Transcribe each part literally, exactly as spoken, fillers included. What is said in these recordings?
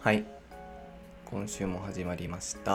はい、今週も始まりました。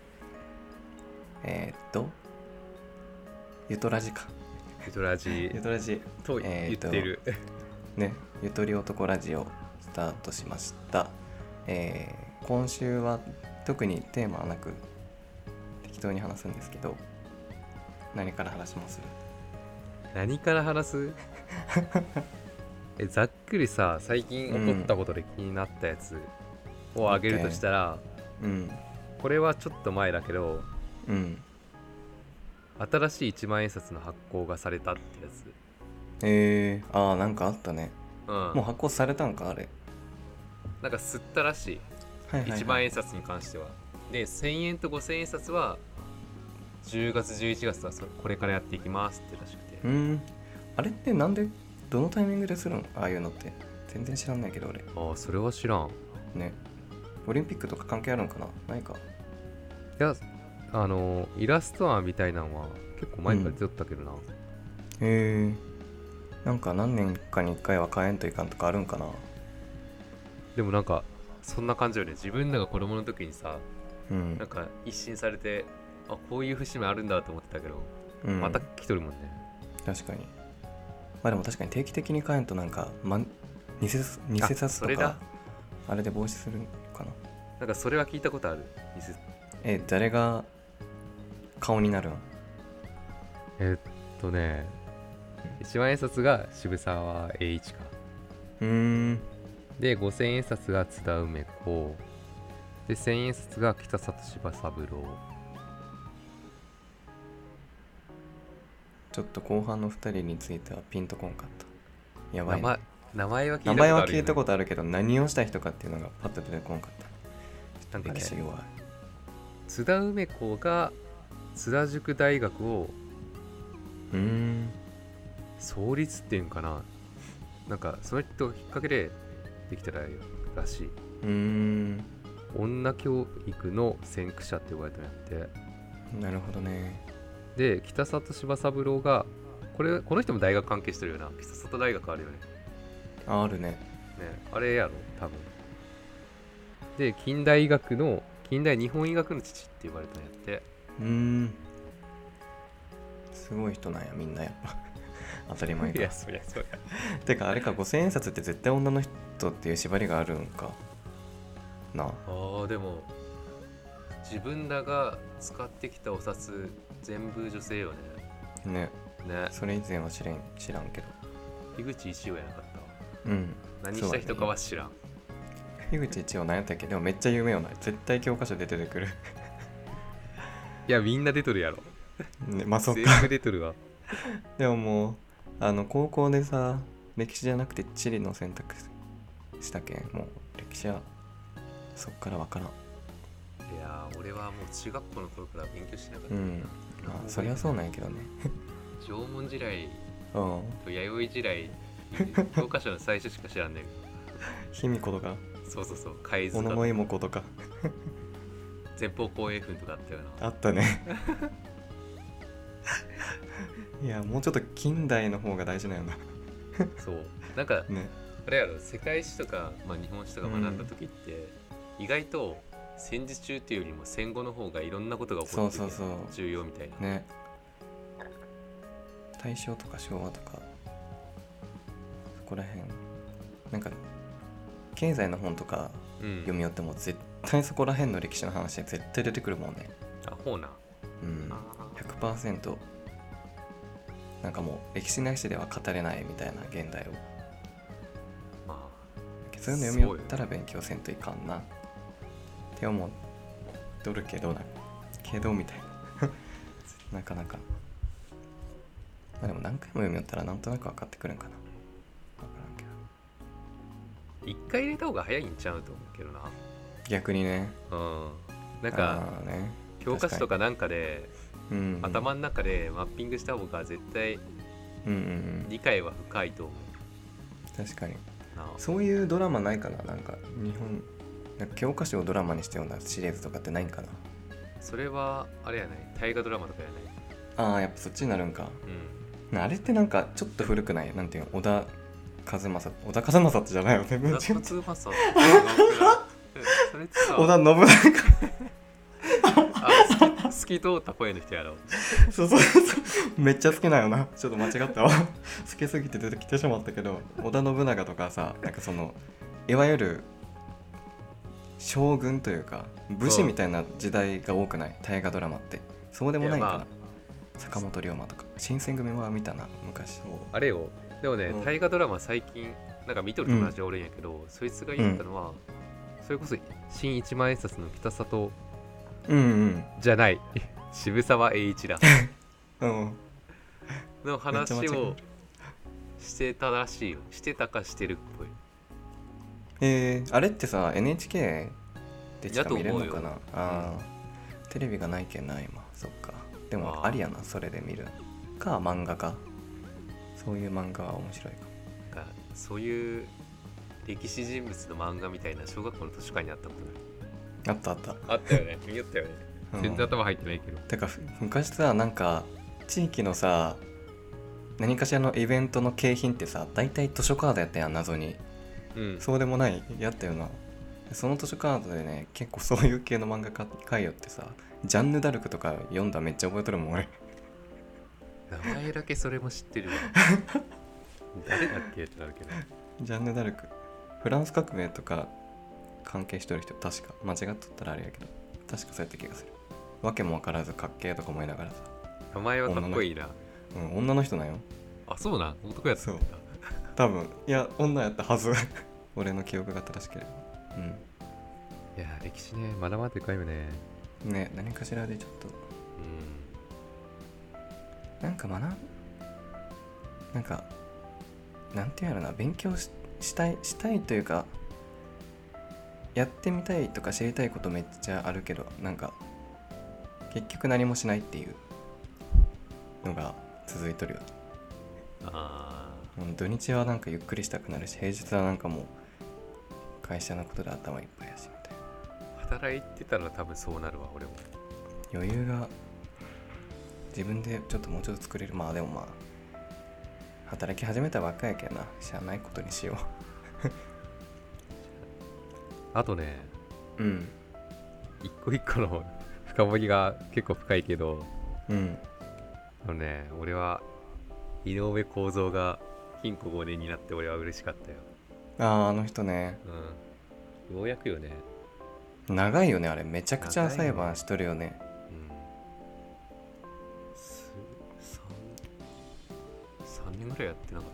えー、っとゆとラジかゆとラジゆとラジと言っている、 えー、ね、ゆとり男ラジオスタートしました。えー、今週は特にテーマはなく適当に話すんですけど、何から話します？ 何から話すえざっくりさ、最近起こったことで気になったやつをあげるとしたら、 うん、 これはちょっと前だけど、 うん、 新しいいちまん円札の発行がされたってやつ。 えー、あーなんかあったね。 うん、 もう発行されたんかあれ。 なんか吸ったらしい、 はいはいはい、 いちまん円札に関しては。でせんえんとごせん円札はじゅうがつじゅういちがつはこれからやっていきますってらしくて。 うーん、あれってなんでどのタイミングでするの？ああいうのって全然知らんないけど俺。 ああ、それは知らんね。オリンピックとか関係あるのかな？ないか。 いや、あのイラスト案みたいなのは結構前から出とったけどな、うん、 へえ。なんか何年かにいっかいは変えんといかんとかあるんかな。 でもなんかそんな感じよね。自分らが子供の時にさ、 うん、 なんか一新されて、あ、こういう節目あるんだと思ってたけど、うん、また来とるもんね。確かに。まあでも確かに定期的に変えんとなんか、ま、偽札とかあれで防止するかな。 なんかそれは聞いたことある。偽え、誰が顔になるん？ えー、っとね、いちまん円札が渋沢栄一か。 うーん。 でごせん円札が津田梅子で、せんえん札が北里柴三郎。 ちょっと後半のふたりについてはピンとこんかった。やばい、ね、 名前は聞いたことある、ね、 名前は聞いたことあるけど何をした人かっていうのがパッと出てこんかった。 なんかね、 歴史弱い。 津田梅子が津田塾大学をうーん創立っていうんかな、なんかその人きっかけでできたららしい。 うーん女教育の先駆者って呼ばれたんやって。 なるほどね。 で北里柴三郎がこれこの人も大学関係してるよな。北里大学あるよね。 あ、あるね。 ね、あれやろ多分。で近代医学の近代日本医学の父って呼ばれたんやって。 うーんすごい人なんやみんなやっぱ当たり前か。 いやそりゃそりゃてかあれか、ごせん円札って絶対女の人っていう縛りがあるんかな。ああ、でも自分らが使ってきたお札全部女性よね。 ね。 ね。 それ以前は知らん知らんけど。 樋口一葉やなかったわ。 うん。 何した人かは知らん。 樋口一葉何やったっけ？でもめっちゃ有名よな。絶対教科書で出てくるいやみんな出とるやろ。 ね、まあそっか。 全部出とるわ。 でももうあの高校でさ、歴史じゃなくて地理の選択したけん、もう歴史はそっからわからん。 いや俺はもう中学校の頃から勉強しなかった。 うん、まあそりゃそうなんやけどね。 縄文時代と弥生時代教科書の最初しか知らんねん。 卑弥呼とか、 そうそうそう、海図小野妹子とか前方後円墳とかあったよな。 あったねいやもうちょっと近代の方が大事なよなそうなんか、 ね、 あれやろ、世界史とか、まあ、日本史とか学んだ時って、うん、意外と戦時中っていうよりも戦後の方がいろんなことが起こってて重要みたいな。 ね、大正とか昭和とかそこら辺なんか経済の本とか読み寄っても絶対そこら辺の歴史の話で絶対出てくるもんね。 あ、ほうな。 うん、ひゃくパーセント なんかもう歴史なしでは語れないみたいな現代を、まあ、そういうの読み寄ったら勉強せんといかんなって思っとるけどなけどみたいななかなか、まあ、でも何回も読み寄ったらなんとなく分かってくるんかな。分からんけど一回入れた方が早いんちゃうと思うけどな。 逆にね。 うん。なんか、ね、教科書とかなんかで、うんうん、頭の中でマッピングした方が絶対理解は深いと思う。 うんうん、確かに。そういうドラマないかな。なんか日本なんか教科書をドラマにしたようなシリーズとかってないんかな。 それはあれやない、大河ドラマとかやない。 ああ、やっぱそっちになるんか。うん、あれってなんかちょっと古くない？なんていうの、小田和正、小田和正ってじゃないよね。小田和正れってさ織田信長あ透き通った声の人やろ。 そうそうそうめっちゃ好きなよな。ちょっと間違ったわ好きすぎて出てきてしまったけど、織田信長とかさ、なんかそのいわゆる将軍というか武士みたいな時代が多くない、大河ドラマって。そうでもないかな、まあ、坂本龍馬とか新選組は見たな昔。 あれよ、でもね、うん、大河ドラマ最近なんか見とる友達おるんやけど、うん、そいつが言ったのは、うん、それこそ新一万円札の北里うんうん、 じゃない渋沢栄一だ、 うん、 の話をしてたらしいよ。してたかしてるっぽい。 えー、あれってさ エヌエイチケー でしか見れるのかな。あ、うん、テレビがないけんな今。そっか。でもありやな、それで見るか漫画か。そういう漫画は面白いかも。 かそういう歴史人物の漫画みたいな小学校の図書館にあったことない？ あったあったあったよね、見よったよね、うん、全然頭入ってないけど。 てか昔さ、なんか地域のさ何かしらのイベントの景品ってさ、大体図書カードやったやん、謎に、うん、そうでもないやったよな。その図書カードでね、結構そういう系の漫画買いよってさ、ジャンヌ・ダルクとか読んだめっちゃ覚えとるもん俺。 名前だけそれも知ってるわ誰だっけってなるけど。 ジャンヌ・ダルク、フランス革命とか関係してる人、確か間違っとったらあれやけど、確かそうやった気がする。わけも分からずかっけーとか思いながらさ。 名前はかっこいいな。 うん、女の人なんよ。 あ、そうなん、男やったんだ。 多分いや女やったはず俺の記憶が正しければ。うん。 いや歴史ね、まだまだ深いよね。 ね、何かしらでちょっと、うん、なんか学んなんかなんていうやろな、勉強 し, したいしたいというか、やってみたいとか知りたいことめっちゃあるけど、なんか結局何もしないっていうのが続いとるよ。ああ、土日はなんかゆっくりしたくなるし、平日はなんかもう会社のことで頭いっぱいやしみたいな。働いてたら多分そうなるわ俺も。 余裕が自分でちょっともうちょっと作れる。まあでもまあ働き始めたばっかやけどな、しゃあないことにしようあとね、 うん、 一個一個の深掘りが結構深いけど、 うん、 あのね、俺は井上公造が禁錮ごねんになって俺は嬉しかったよ。 ああ、あの人ね、 うん、ようやくよね。 長いよねあれ、めちゃくちゃ裁判しとるよね。 さんねんぐらいやってなかった？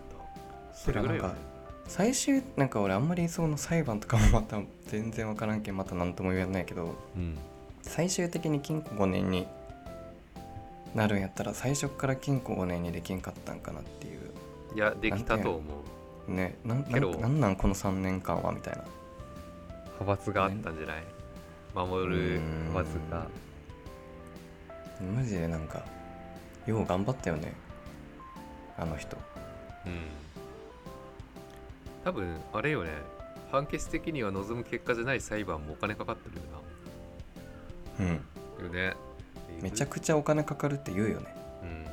それぐらいよね。 最終なんか俺あんまりその裁判とかもまた全然分からんけん、また何とも言えないけど、うん、最終的に禁錮ごねんになるんやったら最初から禁錮ごねんにできんかったんかなっていう。 いやできたと思うね。な ん, なん , なんなんこのさんねんかんはみたいな派閥があったんじゃない、ね、守る派閥が。 マジでなんかよう頑張ったよねあの人。 うん、多分あれよね、判決的には望む結果じゃない裁判もお金かかってるよな。うんよね。 めちゃくちゃお金かかるって言うよね。 うん。いやよ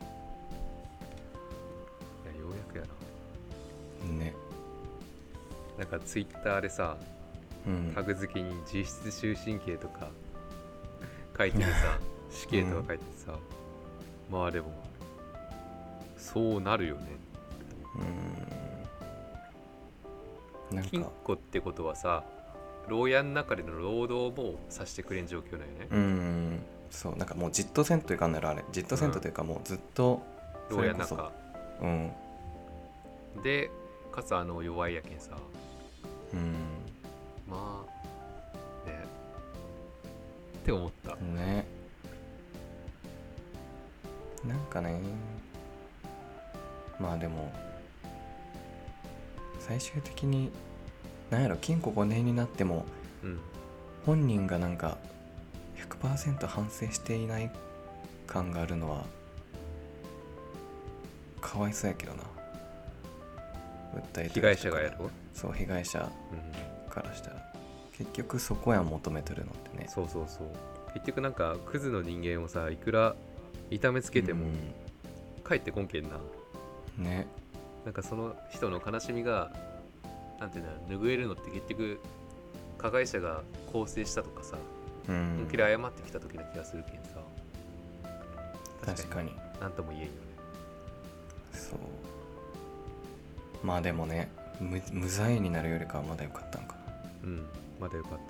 うやくやな。 ね。 なんかツイッターでさ、うん、タグ付けに実質終身刑とか書いてるさ死刑とか書いてさ、うん、まあでもそうなるよね。うん。なんか禁錮ってことはさ、牢屋の中での労働もさせてくれん状況だよね。 うん。そう、なんかもうじっとせんといかんならあれ、じっとせんとというかもうずっと牢屋の中。 うん。 で、かつあの弱いやけんさ。 うん。 まあね。って思った。 ね。なんかね。まあでも最終的になんやろ、禁錮ごねんになっても、うん、本人がなんか ひゃくパーセント 反省していない感があるのはかわいそうやけどな。訴えてる被害者がやろ。 そう被害者からしたら、うん、結局そこや求めてるのってね。 そうそうそう。結局なんかクズの人間をさ、いくら痛めつけても帰ってこんけんな。 ね。なんかその人の悲しみがなんていうの、拭えるのって結局加害者が更生したとかさ、 うん、 本気で謝ってきた時な気がするけんさ。 確かに何とも言えんよね。 そうまあでもね 無, 無罪になるよりかはまだ良かったんかな。うんまだ良かった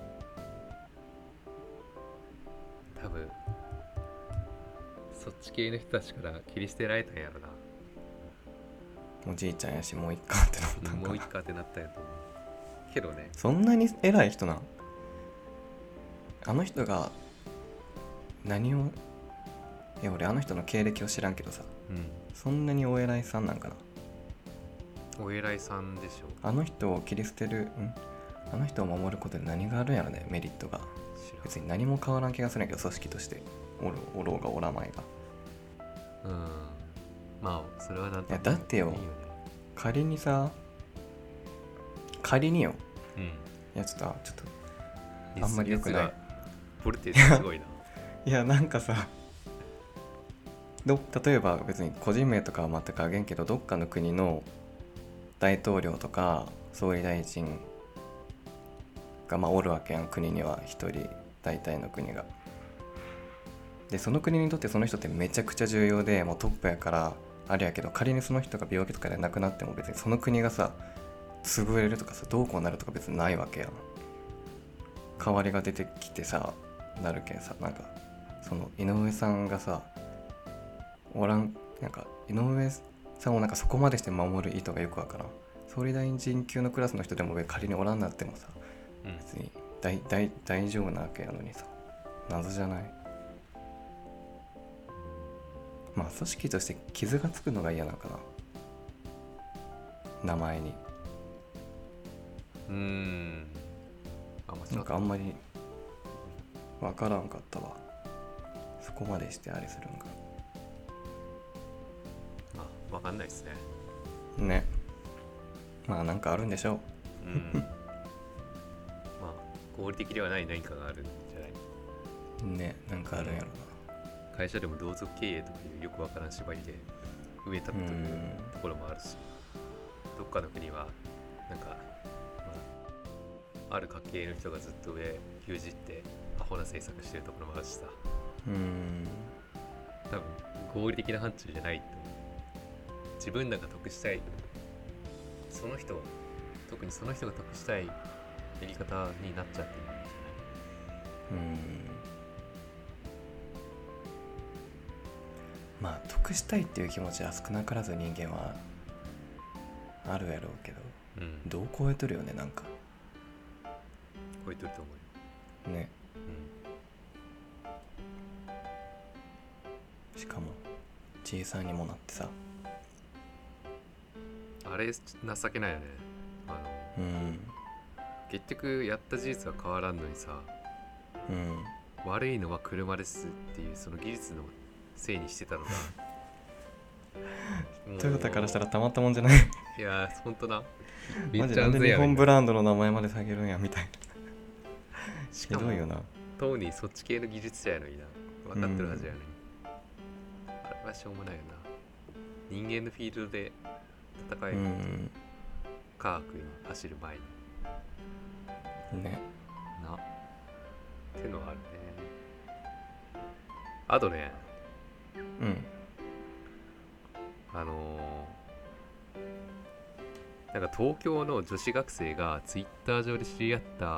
と。多分そっち系の人たちから切り捨てられたんやろな。 おじいちゃんやしもういっかってなったんかもういっかってなったんやと思うけどね。 そんなに偉い人なん？あの人が何をいや俺あの人の経歴を知らんけどさ、 うん、 そんなにお偉いさんなんかな。 お偉いさんでしょ。 あの人を切り捨てるんあの人を守ることで何があるんやろね、メリットが。別に何も変わらん気がするんやけど、組織としておろおろうがおらまいが。うんまあそれはなんといやだってよ、いいよね、仮にさ仮によ、うん、いやちょっとちょっとあんまり良くない。 ボルテージすごいな。 いやなんかさど例えば別に個人名とかは全くあげんけど、どっかの国の大統領とか総理大臣がまあおるわけやん、国には一人大体の国が。でその国にとってその人ってめちゃくちゃ重要で、もうトップやからあれやけど、仮にその人が病気とかで亡くなっても別にその国がさ潰れるとかさどうこうなるとか別にないわけやん。代わりが出てきてさなるけんさ、なんかその井上さんがさおらん、なんか井上さんをなんかそこまでして守る意図がよくわからん。総理大臣級のクラスの人でも仮におらんなってもさ、うん、別に 大, 大, 大丈夫なわけやのにさ、謎じゃない？まあ組織として傷がつくのが嫌なのかな、名前に。 うーんあなんかあんまりわからんかったわ、そこまでしてあれするんか。 あ、わかんないですね。 ね、まあなんかあるんでしょう。うんまあ合理的ではない何かがあるんじゃないね、なんかあるんやろな、 うん、会社でも同族経営とかいうよくわからん縛りで上立ってるところもあるし、どっかの国はなんか、まあ、ある家系の人がずっと上牛耳ってアホな政策してるところもあるしさ、 うーん多分合理的な範疇じゃないと思う。自分らが得したい、その人特にその人が得したいやり方になっちゃってるんじゃない？ うーんまあ得したいっていう気持ちは少なからず人間はあるやろうけど、うん、どう超えとるよね、なんか超えとると思うよね、うん、しかも小さいにもなってさ、 あれ情けないよね。あの、うん、結局やった事実は変わらんのにさ、うん、悪いのは車ですっていうその技術のせいにしてたのがトヨタからしたらたまったもんじゃないいやーほんとな、 マジなんで日本ブランドの名前まで下げるんやみたいなしかもひどいよな。 当にそっち系の技術者やのにな、分かってるはずやのに、うん、あれはしょうもないよな。人間のフィールドで戦える、うん、科学に走る前にねなってのはあるね。あとね、 うんあのー、なんか東京の女子学生がツイッター上で知り合った、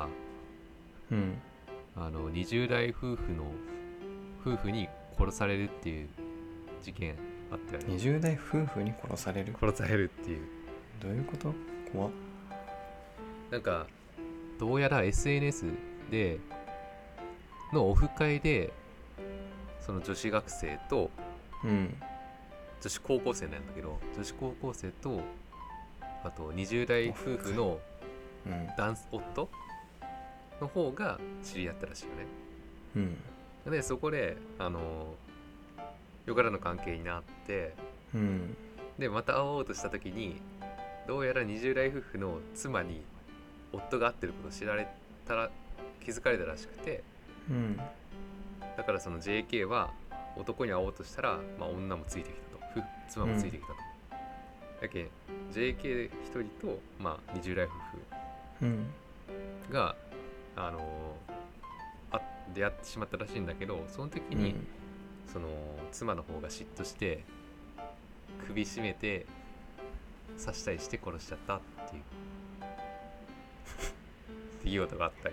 うん、 あのにじゅう代夫婦の夫婦に殺されるっていう事件あったよね。 にじゅう代夫婦に殺される殺されるっていう、 どういうこと？怖っ。 なんかどうやら エスエヌエス でのオフ会でその女子学生と、 うん、 女子高校生なんだけど、女子高校生とあとにじゅう代夫婦の男、うん、夫の方が知り合ったらしいよね、うん、でそこであのよからぬ関係になって、うん、でまた会おうとした時にどうやらにじゅう代夫婦の妻に夫が会ってることを知られたら気づかれたらしくて、うん、だからその ジェーケー は男に会おうとしたら、まあ、女もついてきたと、妻もついてきたと、うん、だけ ジェーケー 一人と、まあ、にじゅう代夫婦があのあ出会ってしまったらしいんだけど、その時に、うん、その妻の方が嫉妬して首絞めて刺したりして殺しちゃったっていう出来事があったり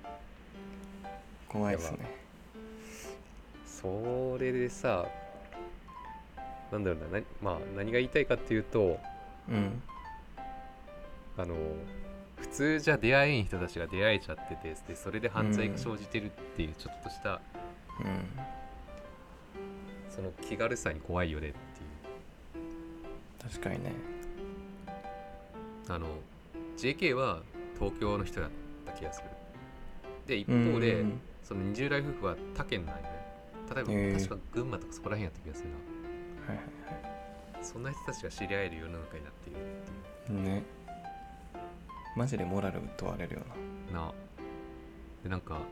怖いですね。 それでさ、なんだろうな、な、まあ、何が言いたいかっていうと、 うん、 あの普通じゃ出会えん人たちが出会えちゃってて、でそれで犯罪が生じてるっていうちょっとした、 うん、 その気軽さに怖いよねっていう。 確かにね。 あの ジェーケー は東京の人だった気がする。で一方で、うん、そのにじゅう代夫婦は他県なんよね。例えば、えー、確か群馬とかそこら辺やった気がするな。 はいはいはい。 そんな人たちが知り合える世の中になっているっていうね。マジでモラル問われるよな。なあ。でなんか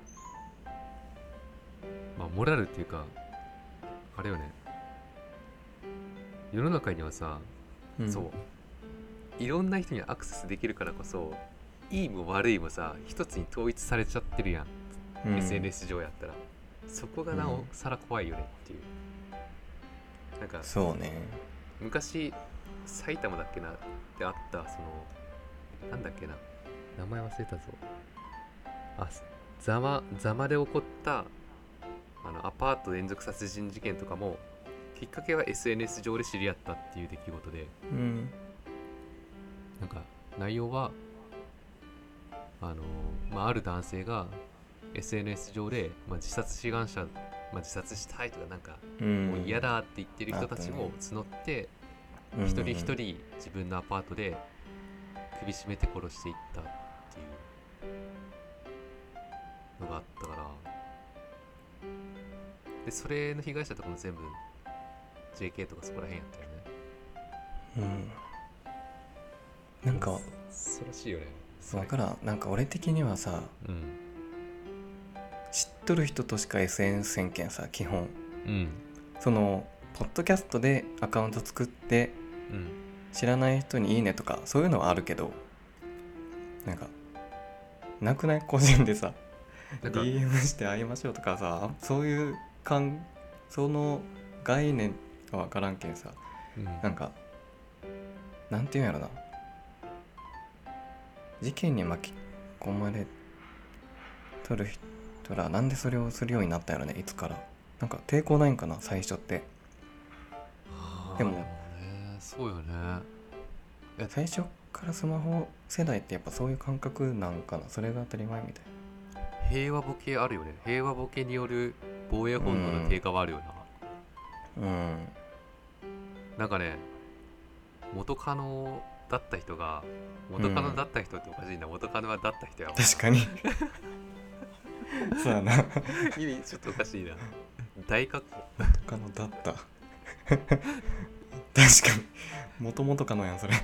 まあモラルっていうかあれよね。世の中にはさ、うん、そういろんな人にアクセスできるからこそ、いいも悪いもさ一つに統一されちゃってるやん、うん、エスエヌエス 上やったら。そこがなおさら怖いよねっていう、うん、なんかそうね、 昔埼玉だっけなであったそのなんだっけな、名前忘れたぞ。あ、ざまざまで起こったあのアパート連続殺人事件とかもきっかけは エスエヌエス 上で知り合ったっていう出来事で、 うん、 なんか内容はあの、まあ、ある男性が エスエヌエス 上で、まあ、自殺志願者、まあ、自殺したいとかなんか、うん、もう嫌だって言ってる人たちを募って、ね、一人一人自分のアパートで首絞めて殺していったっていうのがあったから、でそれの被害者とかも全部 ジェーケー とかそこら辺やったよね。 うん。なんか恐ろしいよね。 分からん。なんか俺的にはさ、うん、知っとる人としか エスエヌエス せんけんさ、基本、 うん、 そのポッドキャストでアカウント作って、うん、知らない人にいいねとかそういうのはあるけど、なんかなくない個人でさディーエム して会いましょうとかさ、そういう感、その概念が分からんけんさ、うん、なんかなんていうんやろな、事件に巻き込まれとる人らなんでそれをするようになったんやろね、いつから。なんか抵抗ないんかな最初って。でも、 でもね、そうよね。 最初からスマホ世代ってやっぱそういう感覚なんかな、それが当たり前みたいな。 平和ボケあるよね。平和ボケによる防衛本能の低下はあるよな。うん。 なんかね、元カノだった人が、元カノだった人っておかしいな、うん、元カノはだった人やわ。 確かにそうやな意味ちょっとおかしいな。大格好。 元カノだった確かに元々カノやんそれ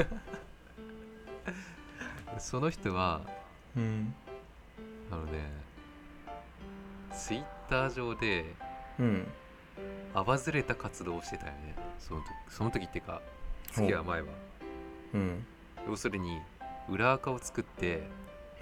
その人は、 うん、 あのねツイッター上で、 うん、 あばずれた活動をしてたよね。その時、その時っていうか月は前は、 うん、 要するに裏垢を作って、 うん、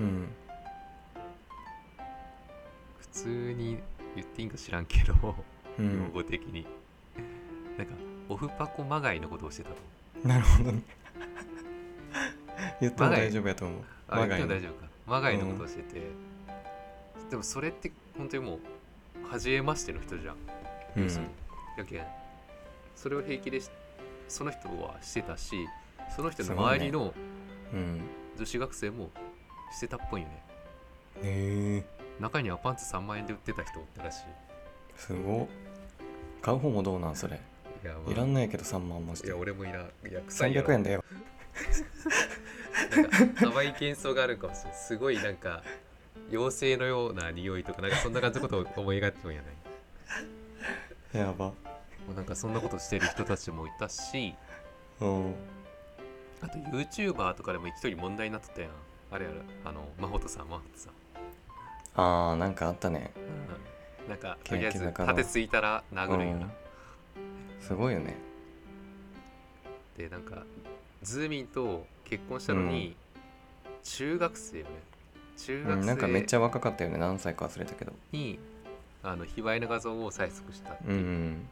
普通に言っていいんか知らんけど、うん、用語的になんかオフパコまがいのことをしてたと。 なるほどね言っても大丈夫やと思う。 あ、言っても大丈夫か。まがいのことをしてて、うん、でもそれって本当にもう初めましての人じゃん、うん、やけんそれを平気でその人はしてたし、その人の周りの女子学生もしてたっぽいよね。 へえ。中にはパンツさんまんえんで売ってた人おったらしい。 すごっ。買う方もどうなんそれ。いや、まあ、いらんないけどさんまんもして。 いや俺もいらん。いやさんびゃくえんだよなんか甘い幻想があるかもしれない。すごいなんか妖精のような匂いとかなんかそんな感じのことを思い描いてもんやないやば。 もうなんかそんなことしてる人たちもいたし、 うん、 あと YouTuber とかでも一人問題になってたやん。あれやる、あのマホトさんマホトさん。 あーなんかあったね、 うん、なんかとりあえず盾ついたら殴るような、うん、 すごいよね。 でなんかズーミンと結婚したのに、うん、中学生よね。 中学生、 うん、なんかめっちゃ若かったよね、何歳か忘れたけどにあの卑猥な画像を催促したっていう、 うんうん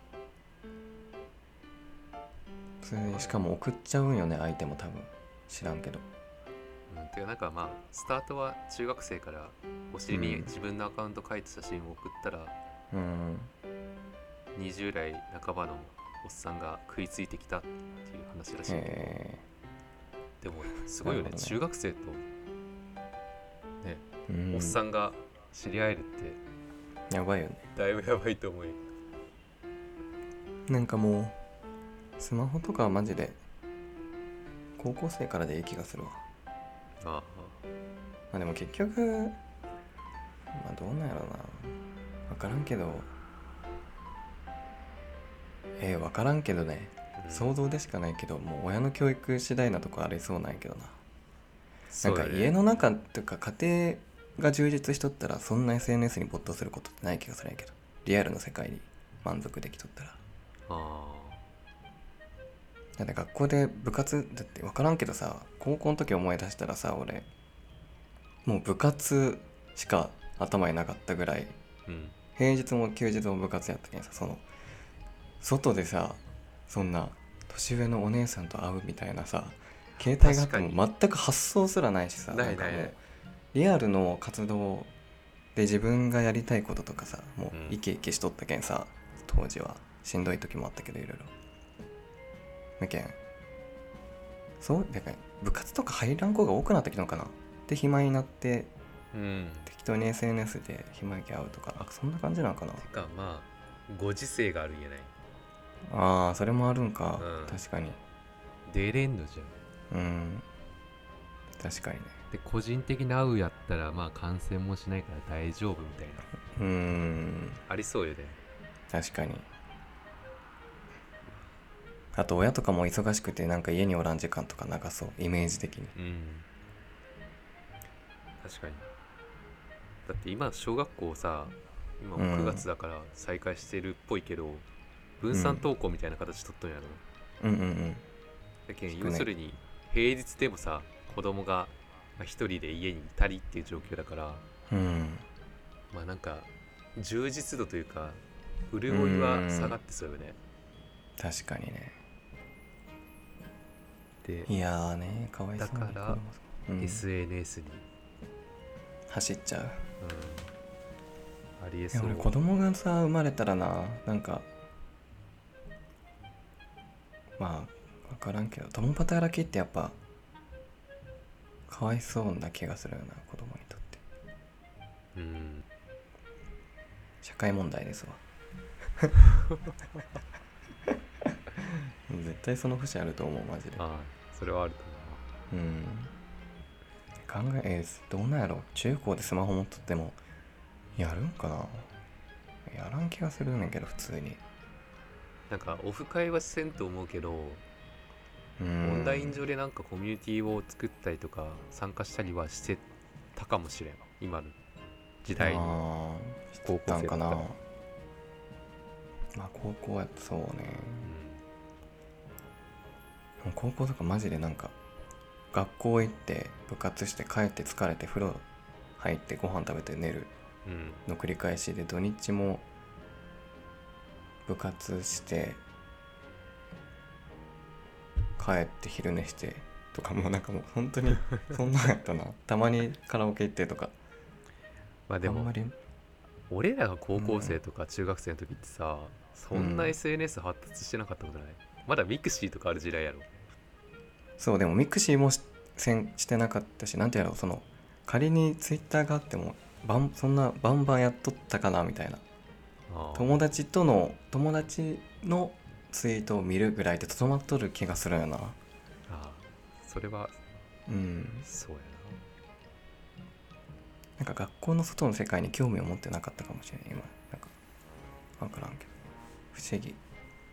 それしかも送っちゃうんよね相手も多分知らんけどうん、てかなんかまあスタートは中学生からお尻に自分のアカウント書いた写真を送ったら、 うん、 にじゅう代半ばのおっさんが食いついてきたっていう話らしいけど、でもすごいよね、 ね中学生とね、 うん、 おっさんが知り合えるってやばいよね。 だいぶやばいと思うよ。 なんかもうスマホとかはマジで高校生からでいい気がするわ。 ああ、まあでも結局まあどうなんやろな、分からんけどえー、分からんけどね、うん、想像でしかないけどもう親の教育次第なとこありそうなんやけどな。なんか家の中とか家庭が充実しとったらそんな エスエヌエス に没頭することってない気がするんやけど、リアルの世界に満足できとったら。ああ、 だって学校で部活だって分からんけどさ、高校の時思い出したらさ、俺もう部活しか頭になかったぐらい、うん、平日も休日も部活やったけんさ、その外でさそんな年上のお姉さんと会うみたいなさ携帯があっても全く発想すらないしさ、なんかもうリアルの活動で自分がやりたいこととかさもうイケイケしとったけんさ、当時はしんどい時もあったけどいろいろだけん、そうだから部活とか入らん子が多くなってきたのかなで暇になって、うん、適当に エスエヌエス で暇に会うとかなんかそんな感じなのかな。 てかまあご時世があるんやない。 ああそれもあるんか、うん、確かに出れんのじゃん。うん確かにね。 で個人的な会うやったらまあ感染もしないから大丈夫みたいな、うーんありそうよね。 確かに。あと親とかも忙しくてなんか家におらん時間とか長そうイメージ的に。うん確かに。だって今小学校さ今もくがつだから再開してるっぽいけど、うん、分散登校みたいな形取っとんやろ。うんうんうんだけど要するに平日でもさ子供が一人で家にいたりっていう状況だから、うん、まあなんか充実度というか潤いは下がってそうよね。 確かにね。でいやーねかわいそうだから、うん、エスエヌエス に走っちゃう、うん、 ありえそう。 俺子供がさ生まれたらななんかまあ分からんけど共働きってやっぱかわいそうな気がするよな子供にとって。うん社会問題ですわ絶対その節あると思うマジで。 ああそれはあると思う。うん考ええー、どうなんやろ中高でスマホ持っとってもやるんかな。やらん気がするんだけど普通に。 なんかオフ会はせんと思うけどオンライン上でなんかコミュニティを作ったりとか参加したりはしてたかもしれん今の時代に。 高校生かな。まあ高校やそうね、うん、高校とかマジでなんか学校行って部活して帰って疲れて風呂入ってご飯食べて寝るの繰り返しで、土日も部活して帰って昼寝してとかもうなんかもう本当にそんなんやったなたまにカラオケ行ってとか。 まあでもあんまり俺らが高校生とか中学生の時ってさ、うん、そんな エスエヌエス 発達してなかったことない、うん、まだミクシーとかある時代やろ。 そうでもミクシーも し, せんしてなかったし、なんていうのその仮にツイッターがあってもバンそんなバンバンやっとったかなみたいな。友達との友達のツイートを見るぐらいでとどまっとる気がするよな。ああそれはうんそうやな。 なんか学校の外の世界に興味を持ってなかったかもしれない今。なんか分からんけど不思議。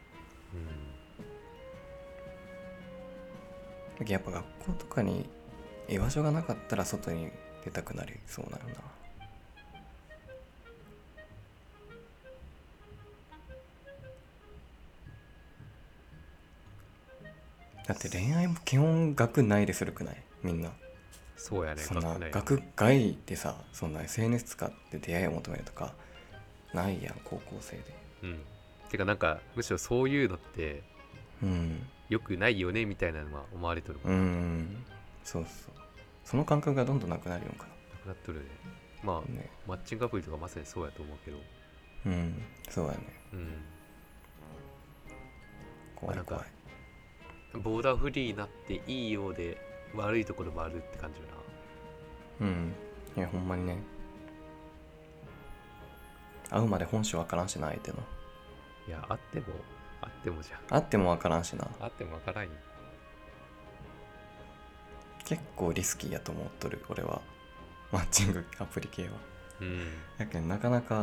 うんやっぱ学校とかに居場所がなかったら外に出たくなりそうなよな。だって恋愛も基本学内でするくないみんな。 そうやね。 そんな学内学外でさ、そんな エスエヌエス 使って出会いを求めるとかないやん、高校生で。 うん。てかなんかむしろそういうのってうん良くないよねみたいなのは思われとるもん。 うんそうそう、その感覚がどんどんなくなるよんかなくなっとるね。まあ、 ね。 マッチングアプリとかまさにそうやと思うけど。 うんそうやね。 うん。まあ怖い怖い。 ボーダーフリーになっていいようで悪いところもあるって感じようんいやほんまにね、会うまで本性わからんしな、相手の。 な。いや、あってもあってもじゃん。 会ってもわからんしな。 あってもわからんよ。 結構リスキーやと思っとる俺は、マッチングアプリ系は。 うん。 やけんなかなか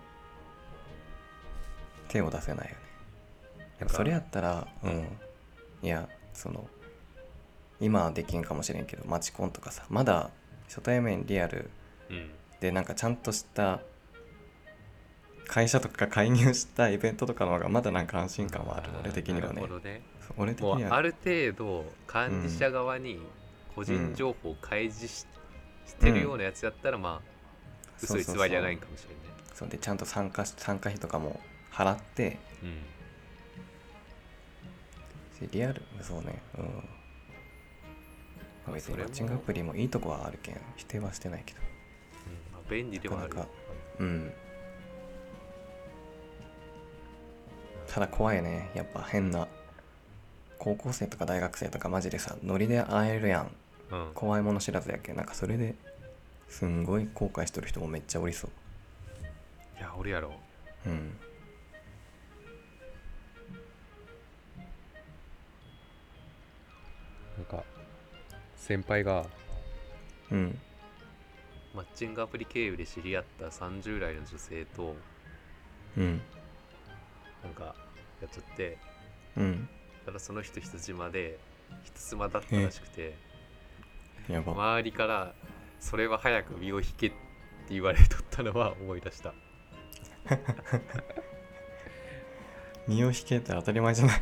手を出せないよね。でもそれやったらうんいやその今はできんかもしれんけど、マチコンとかさ、まだ初対面リアルうんでなんかちゃんとした会社とか介入したイベントとかの方がまだなんか安心感はある、俺的にはね。 なるほどね。 俺的にはもうある程度管理者側に個人情報を開示し,、してるようなやつやったらまあ嘘偽りじゃないんかもしれないね。 そうでちゃんと参加参加費とかも払ってうんリアルそうねうん、別にマッチングアプリもいいとこはあるけん否定はしてないけど、 うんまあ、便利ではある。 なかなかうんただ怖いね、やっぱ変な高校生とか大学生とかマジでさノリで会えるやん、 うん、 怖いもの知らずやけん、なんかそれですんごい後悔しとる人もめっちゃおりそう。 いや俺やろ。 うんなんか先輩がうんマッチングアプリ経由で知り合ったさんじゅう代の女性とうんなんかやっちゃって、 うんただその人人妻で人妻だったらしくて、 やば、 周りからそれは早く身を引けって言われとったのは思い出した。 身を引けって当たり前じゃない。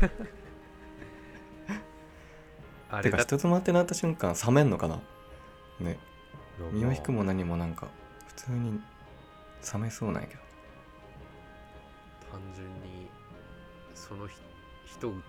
あれだてか人妻ってなった瞬間冷めんのかなね。 の身を引くも何もなんか普通に冷めそうなんやけど。 単純にその人との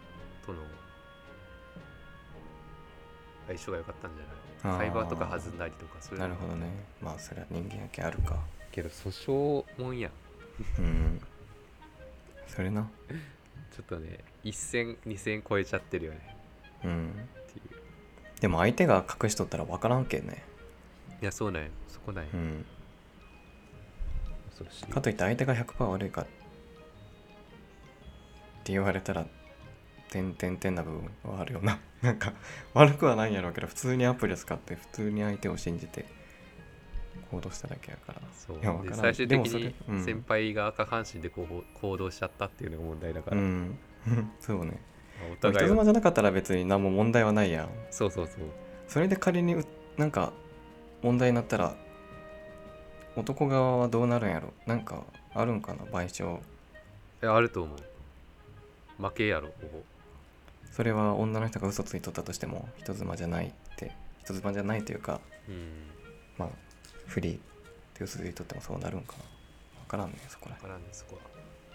相性が良かったんじゃない？会話とか弾んだりとかそういうの。 なるほどね。まあそれは人間やけあるか。 けど訴訟もんやん。 うんそれな。 ちょっとね一線二線超えちゃってるよねうんっていう。 でも相手が隠しとったら分からんけんね。 いやそうなんよ、そこなんよ、 うん恐ろしい。 かといって相手が ひゃくパーセント 悪いかって言われたら点点点な部分はあるよな。なんか悪くはないんやろうけど、普通にアプリ使って普通に相手を信じて行動しただけやから。 そういや分からん。 で最終的でもそれにうん先輩が下半身でこう行動しちゃったっていうのが問題だから、まうんそうね。 あお人互いは妻じゃなかったら別に何も問題はないやん。 そうそうそう。 それで仮にうなんか問題になったら男側はどうなるんやろ。なんかあるんかな、賠償。 えあると思う。負けやろほぼ。 それは女の人が嘘ついとったとしても人妻じゃないって人妻じゃないというか、 うんまあフリーって嘘ついとってもそうなるんかな。分からんねそこら分からんねそこは。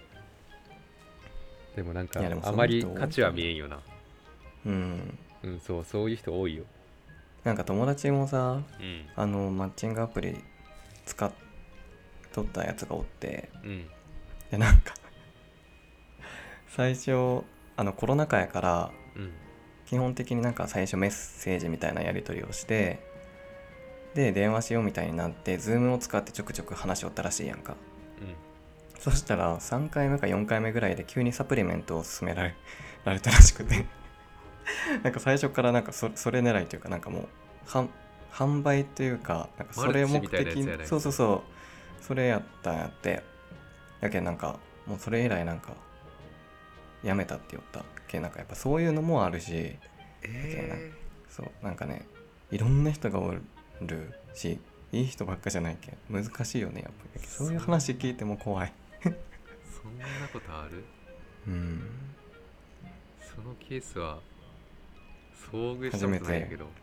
でもなんかいやでもあまりその人多い価値は見えんよな。 うんうんそうそういう人多いよ。 なんか友達もさうんあのマッチングアプリ使っとったやつがおって、 うんでなんか最初あのコロナ禍やからうん基本的になんか最初メッセージみたいなやり取りをしてで電話しようみたいになって Zoom を使ってちょくちょく話しおったらしいやんか。 うんそしたらさんかいめかよんかいめぐらいで急にサプリメントを勧められられたらしくてなんか最初からなんか そ, それ狙いというかなんかもうは販売というかなんかそれ目マルチみたいなやつ的やないそうそうそうそれやったんやって。やけんなんかもうそれ以来なんかやめたって言ったけんなんかやっぱそういうのもあるし、 えそうなんかねいろんな人がおるしいい人ばっかじゃないけん難しいよねやっぱり。そういう話聞いても怖い。 ー、そんなことある？ うんそのケースは遭遇したことないけど。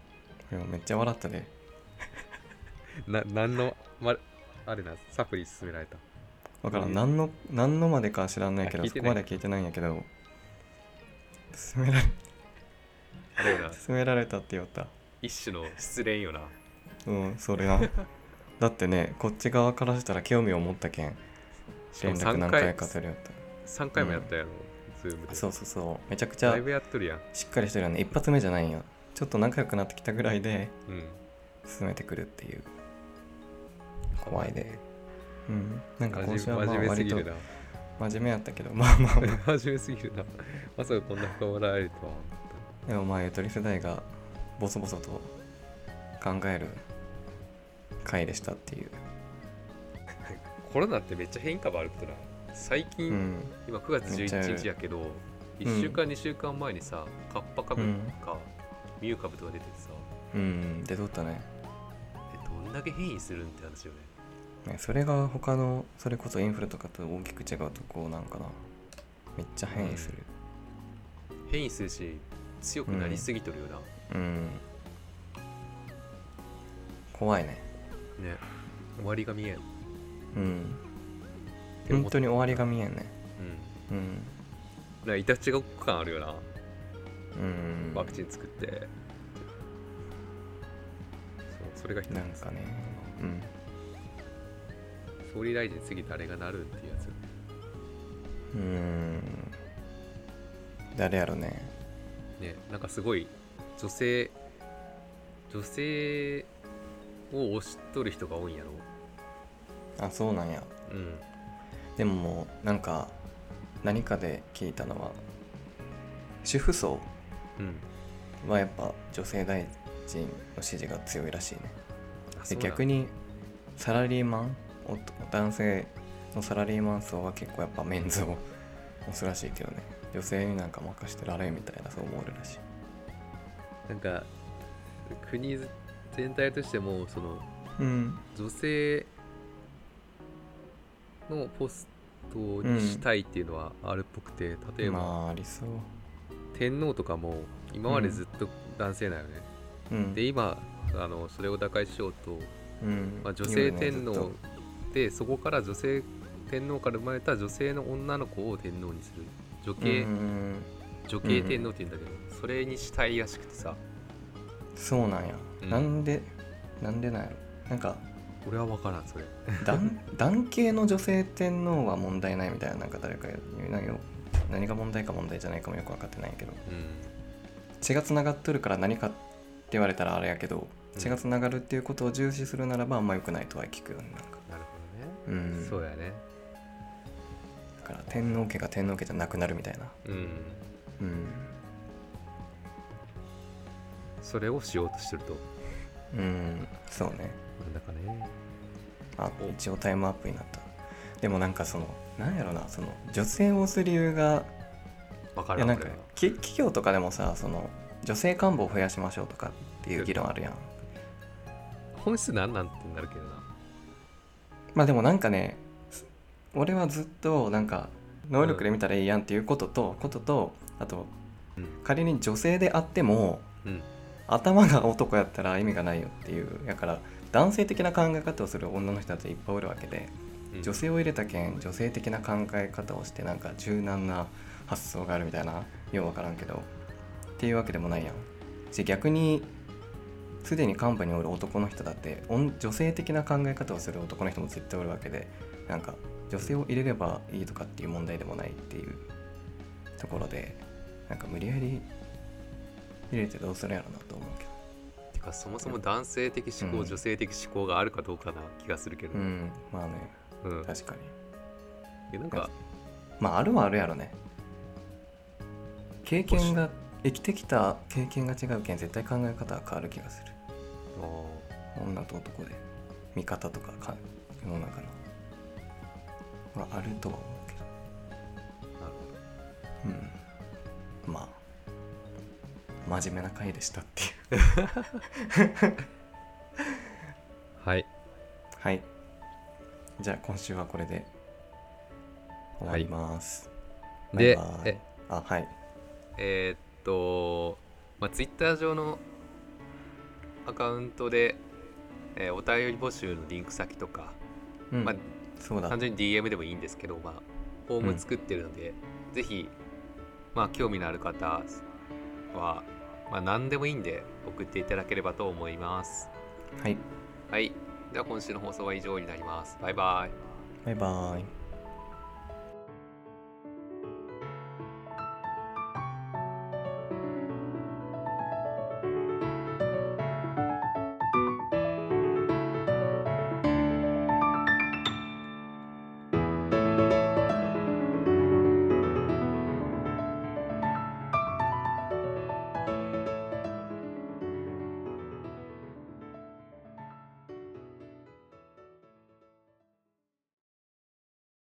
でもめっちゃ笑ったで。 な何の、ま、あれなサプリ勧められた。 わからん、何の何のまでか知らんないけど、 そこまで聞いてないんやけど、勧められあれよな勧められたって言おった。 一種の失恋よな。 うんそれな。だってね、こっち側からしたら興味を持ったけん連絡何回か取るよった。 さんかいもやったやろ、 うん、 ズームで。 そうそうそう、めちゃくちゃだいぶやっとるやん。 しっかりしてるよね。一発目じゃないんよ。ちょっと仲良くなってきたぐらいで進めてくるっていう、うん、怖いで。うん、なんか今週はまあ割と真面目やったけど、まあまあ、まあ、真面目すぎるな。まさかこんな深まられるとは。 でもまあゆとり世代がボソボソと考える回でしたっていう。 コロナってめっちゃ変化もあることな。最近、うん、今くがつじゅういちにちやけど、いっしゅうかん、うん、にしゅうかんまえにさ、カッパ株か、うん、ミュー株とか出ててさ、 うん、出とったね。 でどんだけ変異するんって話よね。 ね、それが他のそれこそインフルとかと大きく違うとこなんかな。めっちゃ変異する、 うん、変異するし強くなりすぎとるよな。 うん、うん、怖いね。 ね、終わりが見えん。 うん、本当に終わりが見えんね。うん、うん、 なんかいたちごっこ感あるよな。 うん、 ワクチン作ってそうそれが一つなんかね、うん、 総理大臣次誰がなるっていうやつ。 うーん、誰やろね。 ね、なんかすごい女性女性を推しとる人が多いんやろ。 あ、そうなんや。 うん。 でももうなんか何かで聞いたのは、主婦層はやっぱ女性大臣の支持が強いらしいね。で逆にサラリーマン、男性のサラリーマン層は結構やっぱメンズを推すらしいけどね。女性になんか任してられみたいな、そう思うらしい。 なんか国全体としてもその、 うん、 女性のポストにしたいっていうのはあるっぽくて、例えば、 まあ、ありそう。 天皇とかも今までずっと男性だよね、うん、で今あのそれを打開しようと、うんまあ、女性天皇で、そこから女性天皇から生まれた女性の女の子を天皇にする女系、うん、女系天皇って言うんだけど、うん、それにしたいらしくてさ。 そうなんや、うん、なんでなんでなんやろ。なんか俺は分からんそれ。 男男系の女性天皇は問題ないみたいな、なんか誰か言うなよ。何が問題か問題じゃないかもよく分かってないけど、うん、血がつながっとるから何かって言われたらあれやけど、うん、血がつながるっていうことを重視するならばあんま良くないとは聞くよね。なんかなるほどね、うん、そうやね。 だから天皇家が天皇家じゃなくなるみたいな、うん、うん、 それをしようとしてると。 うん、そうね。 なんだかね。 あ、一応タイムアップになった。でもなんかそのなんやろな、その女性を推す理由が分からん。 いやなんか企業とかでもさ、その女性幹部を増やしましょうとかっていう議論あるやん。 本質なんなんってなるけどな。 まあでもなんかね、俺はずっとなんか能力で見たらいいやんっていうことと、うん、こととあと、うん、仮に女性であっても、うん、頭が男やったら意味がないよっていう。だから男性的な考え方をする女の人たちいっぱいおるわけで、うん、女性を入れたけん女性的な考え方をしてなんか柔軟な発想があるみたいな、ようわからんけどっていうわけでもないやんし、逆にすでに幹部におる男の人だって女性的な考え方をする男の人も絶対おるわけで、なんか女性を入れればいいとかっていう問題でもないっていうところで、なんか無理やり入れてどうするやろなと思うけど。 てかそもそも男性的思考、うん、女性的思考があるかどうかな気がするけど、 うん、まあね、うん、確かに。 なんかまああるはあるやろね。経験が生きてきた経験が違うけん絶対考え方は変わる気がする。女と男で見方とかか世の中のはあるとは思うけど。なるほど。うん。まあ真面目な回でしたっていうはいはい。じゃあ今週はこれで終わります。 はい、で、えあはい。 えー、っと、まあ、ツイッター上のアカウントで、えー、お便り募集のリンク先とか、 うんまあ、 そうだ単純に ディーエム でもいいんですけど、まあ、フォーム作ってるので、うん、ぜひ、まあ、興味のある方は、まあ、何でもいいんで送っていただければと思います。 はい。 はい。では今週の放送は以上になります。バイバイ。 バイバイ。